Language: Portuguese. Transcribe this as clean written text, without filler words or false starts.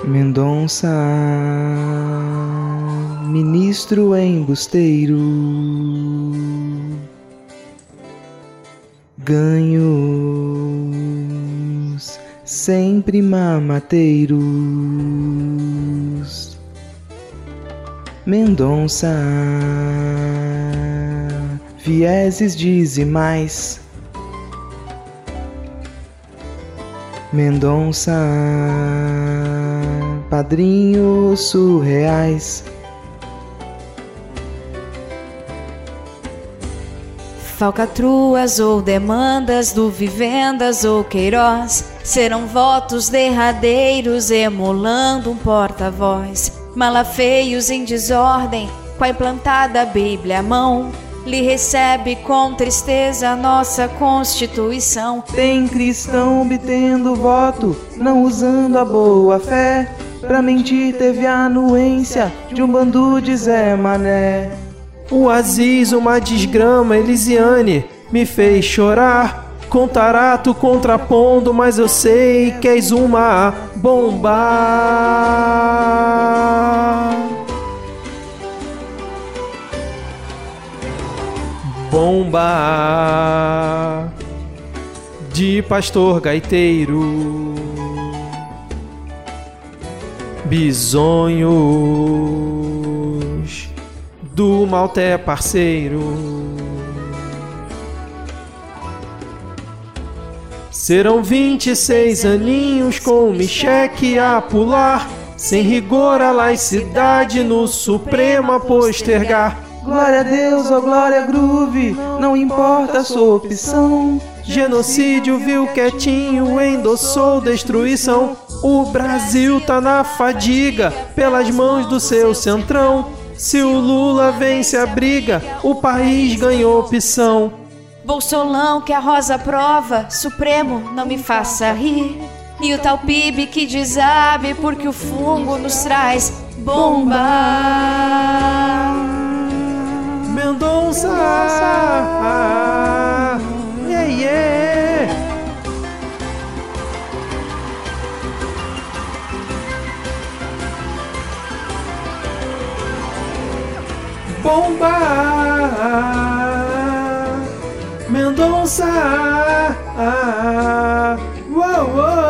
Mendonça, ministro embusteiro, ganhos sempre mamateiros. Mendonça, vieses dizimais. Mendonça, padrinhos surreais. Falcatruas ou demandas do Vivendas ou Queiroz serão votos derradeiros emulando um porta-voz. Malafeios em desordem, com a implantada Bíblia à mão, lhe recebe com tristeza a nossa Constituição. Tem cristão obtendo voto, não usando a boa fé. Pra mentir teve a anuência de um bando de Zé Mané. O Aziz, uma desgrama, Elisiane, me fez chorar. Com Tarato contrapondo, mas eu sei que és uma bomba. Bomba de pastor gaiteiro, bisonhos do Malté parceiro. Serão 26 aninhos com o Micheque a pular, sem rigor a laicidade no Supremo a postergar. Glória a Deus, ó glória groove, não importa a sua opção. Genocídio viu quietinho, endossou destruição. O Brasil tá na fadiga, pelas mãos do seu centrão. Se o Lula vence a briga, o país ganhou opção. Bolsolão que a rosa prova, Supremo não me faça rir. E o tal PIB que desabe porque o fungo nos traz bomba. Mendonça, yeah, yeah. Bomba, Mendonça, uou, uou.